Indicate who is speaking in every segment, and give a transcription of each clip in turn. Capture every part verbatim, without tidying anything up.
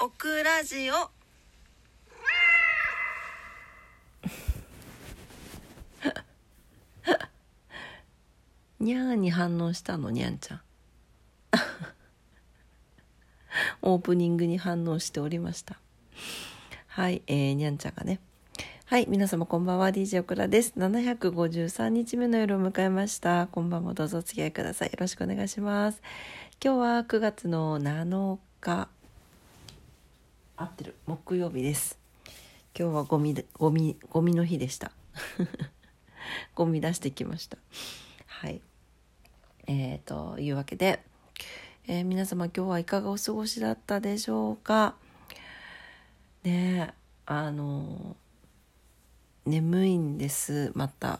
Speaker 1: オクラジオにゃーに反応したのにゃんちゃんオープニングに反応しておりました。はい、えー、にゃんちゃんがね、はい、皆様こんばんは、 ディージェー オクラです。ななひゃくごじゅうさんにちめの夜を迎えました。こんばんもどうぞお付き合いください。よろしくお願いします。今日はくがつのなのか、合ってる、木曜日です。今日はゴミでゴミゴミの日でしたゴミ出してきました。はい、えー、というわけで、えー、皆様今日はいかがお過ごしだったでしょうかね。えあの眠いんですまた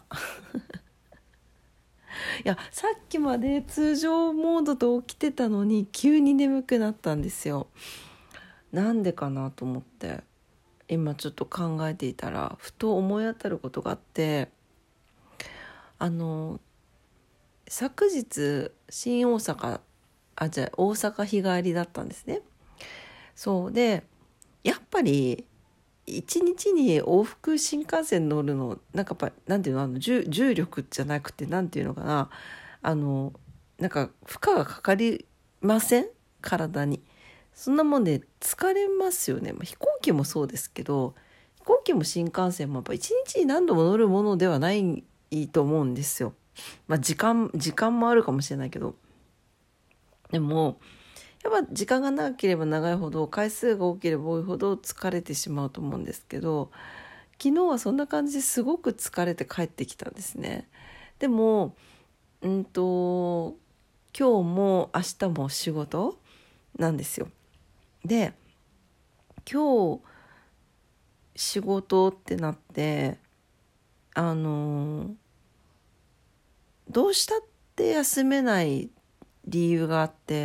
Speaker 1: いや、さっきまで通常モードで起きてたのに急に眠くなったんですよ。なんでかなと思って今ちょっと考えていたら、ふと思い当たることがあって、あの昨日新大阪あじゃあ大阪日帰りだったんですね。そうで、やっぱり一日に往復新幹線乗るの、なんかやっぱなんていうの、あの 重, 重力じゃなくて、なんていうのかな、あのなんか負荷がかかりません？体に。そんなもんで疲れますよね。まあ、飛行機もそうですけど、飛行機も新幹線もやっぱ一日に何度も乗るものではないと思うんですよ。まあ時間時間もあるかもしれないけど、でもやっぱ時間が長ければ長いほど、回数が多ければ多いほど疲れてしまうと思うんですけど、昨日はそんな感じですごく疲れて帰ってきたんですね。でもうんと今日も明日も仕事なんですよ。で今日仕事ってなって、あのどうしたって休めない理由があって、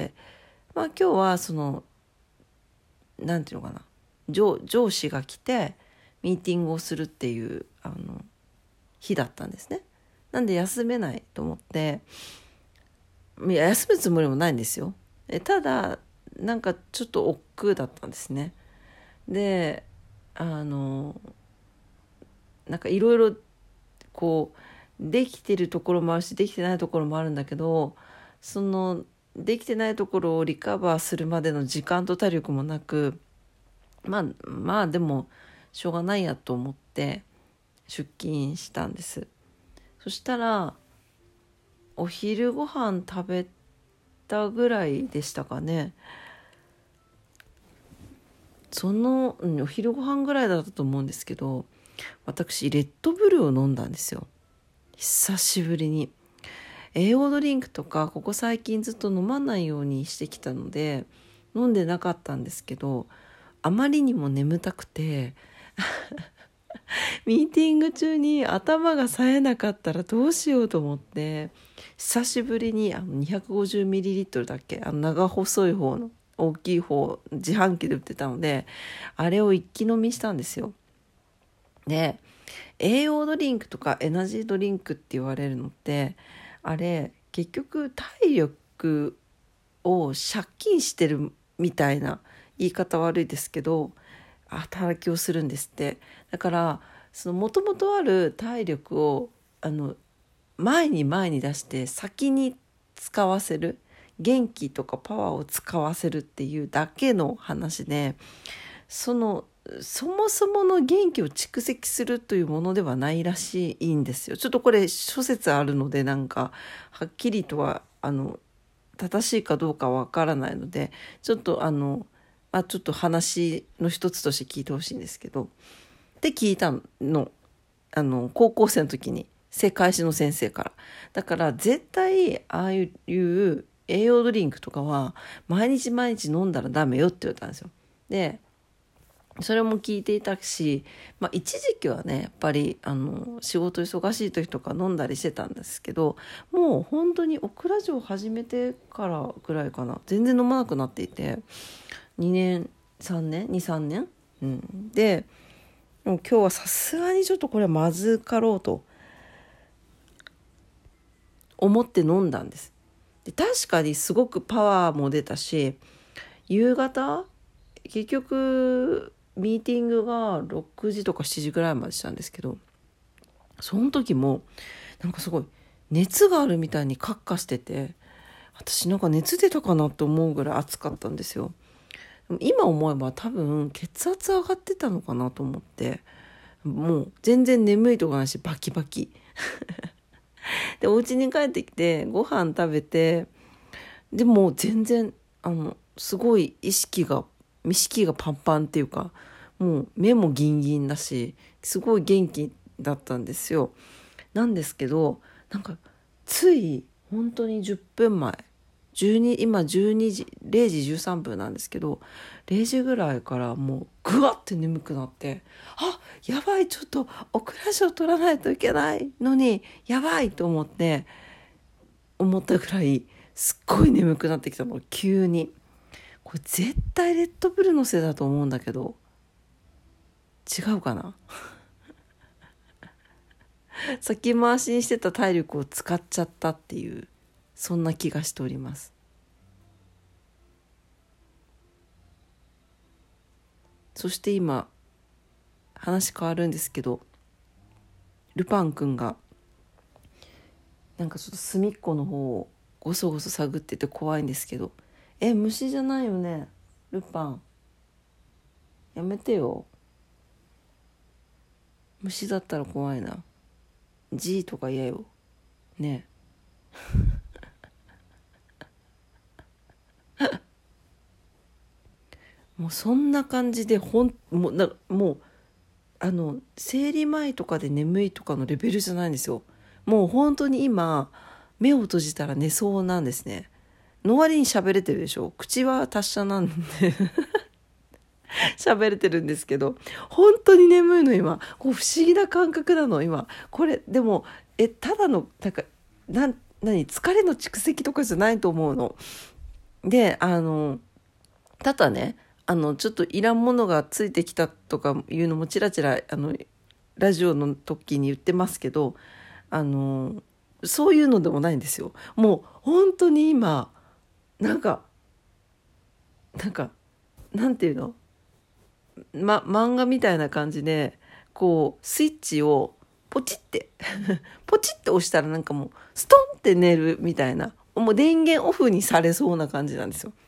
Speaker 1: まあ今日はそのなんていうのかな、上、上司が来てミーティングをするっていうあの日だったんですね。なんで休めないと思って、いや休むつもりもないんですよ。ただなんかちょっと億劫だったんですね。であのなんかいろいろこうできてるところもあるし、できてないところもあるんだけど、そのできてないところをリカバーするまでの時間と体力もなく、まあまあでもしょうがないやと思って出勤したんです。そしたらお昼ご飯食べたぐらいでしたかね。その、うん、お昼ご飯ぐらいだったと思うんですけど、私レッドブルを飲んだんですよ、久しぶりに。栄養ドリンクとかここ最近ずっと飲まないようにしてきたので飲んでなかったんですけど、あまりにも眠たくてミーティング中に頭が冴えなかったらどうしようと思って、久しぶりにあの にひゃくごじゅうミリリットル だっけ、あの長細い方の大きい方、自販機で売ってたのであれを一気飲みしたんですよ。で栄養ドリンクとかエナジードリンクって言われるのって、あれ結局体力を借金してるみたいな、言い方悪いですけど働きをするんですって。だからその元々ある体力をあの前に前に出して先に使わせる、元気とかパワーを使わせるっていうだけの話で、そのそもそもの元気を蓄積するというものではないらしいんですよ。ちょっとこれ諸説あるので、なんかはっきりとはあの正しいかどうかわからないので、ちょっとあのあちょっと話の一つとして聞いてほしいんですけど、って聞いたの、あの高校生の時に世界史の先生から。だから絶対ああいう栄養ドリンクとかは毎日毎日飲んだらダメよって言われたんですよ。でそれも聞いていたし、まあ、一時期はねやっぱりあの仕事忙しい時とか飲んだりしてたんですけど、もう本当にオクラジオ始めてからぐらいかな、全然飲まなくなっていて、にねんさんねんにさんねん、うん、ででも今日はさすがにちょっとこれはまずかろうと思って飲んだんです。で確かにすごくパワーも出たし、夕方結局ミーティングがろくじとかしちじぐらいまでしたんですけど、その時もなんかすごい熱があるみたいにカッカしてて、私なんか熱出たかなと思うぐらい暑かったんですよ。今思えば多分血圧上がってたのかなと思って、もう全然眠いとかないしバキバキでお家に帰ってきてご飯食べて、でも全然あのすごい意識が意識がパンパンっていうか、もう目もギンギンだしすごい元気だったんですよ。なんですけど、なんかつい本当にじゅっぷんまえ、じゅうに今じゅうにじれいじじゅうさんぷんなんですけど、れいじぐらいからもうグワッて眠くなって、あ、やばい、ちょっとオクラジオ取らないといけないのにやばいと思って思ったぐらいすっごい眠くなってきたの、急に。これ絶対レッドブルのせいだと思うんだけど、違うかな先回しにしてた体力を使っちゃったっていう、そんな気がしております。そして今話変わるんですけど、ルパンくんがなんかちょっと隅っこの方をゴソゴソ探ってて怖いんですけど、え、虫じゃないよねルパン、やめてよ。虫だったら怖いな。 G とか嫌よね。もうそんな感じで、ほんもうなもうあの生理前とかで眠いとかのレベルじゃないんですよ。もう本当に今目を閉じたら寝そうなんですね。の割に喋れてるでしょ。口は達者なんで喋れてるんですけど、本当に眠いの今。こう不思議な感覚なの今これ。でもえただのなんかなん何疲れの蓄積とかじゃないと思うので、あのただね、あのちょっといらんものがついてきたとかいうのもちらちらあのラジオの時に言ってますけど、あのそういうのでもないんですよ。もう本当に今なんかなんかなんていうの、ま、漫画みたいな感じでこうスイッチをポチってポチって押したらなんかもうストンって寝るみたいな、もう電源オフにされそうな感じなんですよ。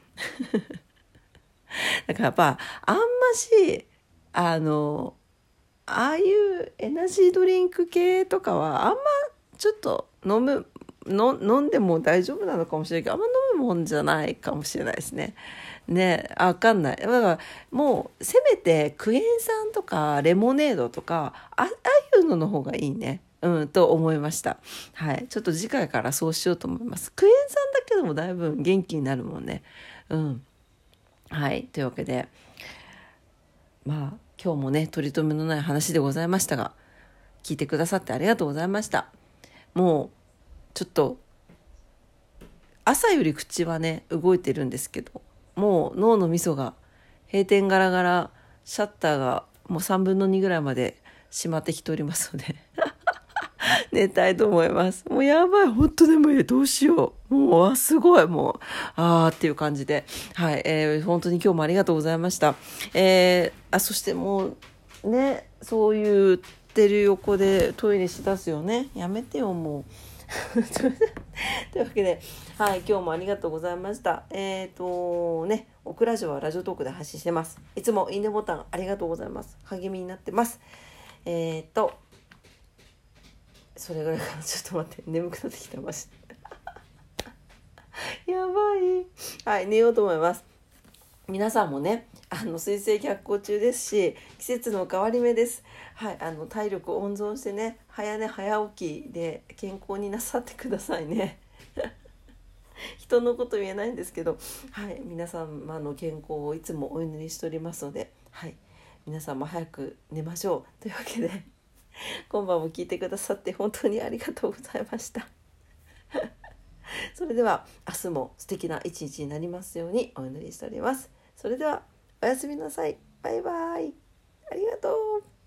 Speaker 1: だからやっぱあんましあのああいうエナジードリンク系とかはあんまちょっと飲むの飲んでも大丈夫なのかもしれないけど、あんま飲むもんじゃないかもしれないですね。ね、あ、分かんない。だからもうせめてクエン酸とかレモネードとか あ, ああいうのの方がいいね、うんと思いました。はい、ちょっと次回からそうしようと思います。クエン酸だけでもだいぶ元気になるもんね。うん。はい、というわけでまあ今日もね取り留めのない話でございましたが、聞いてくださってありがとうございました。もうちょっと朝より口はね動いてるんですけど、もう脳の味噌が閉店ガラガラ、シャッターがもうさんぶんのにぐらいまで閉まってきておりますので寝たいと思います。もうやばい、本当眠い、どうしよう、もうすごい、もうあーっていう感じで、はい、えー、本当に今日もありがとうございました。えー、あそしてもうね、そう言ってる横でトイレしだすよね、やめてよもうというわけで、はい、今日もありがとうございました。えっ、ー、とね、オクラジオはラジオトークで発信してます。いつもいいねボタンありがとうございます。励みになってます。えっ、ー、とそれぐらいかな。ちょっと待って、眠くなってきたましやばい。はい、寝ようと思います。皆さんもね、あの水星逆行中ですし、季節の変わり目です。はい、あの体力を温存してね、早寝早起きで健康になさってくださいね。人のこと言えないんですけど、はい、皆様の健康をいつもお祈りしておりますので、はい、皆さんも早く寝ましょうというわけで、今晩も聞いてくださって本当にありがとうございました。それでは明日も素敵な一日になりますようにお祈りしております。それではおやすみなさい。バイバイ。ありがとう。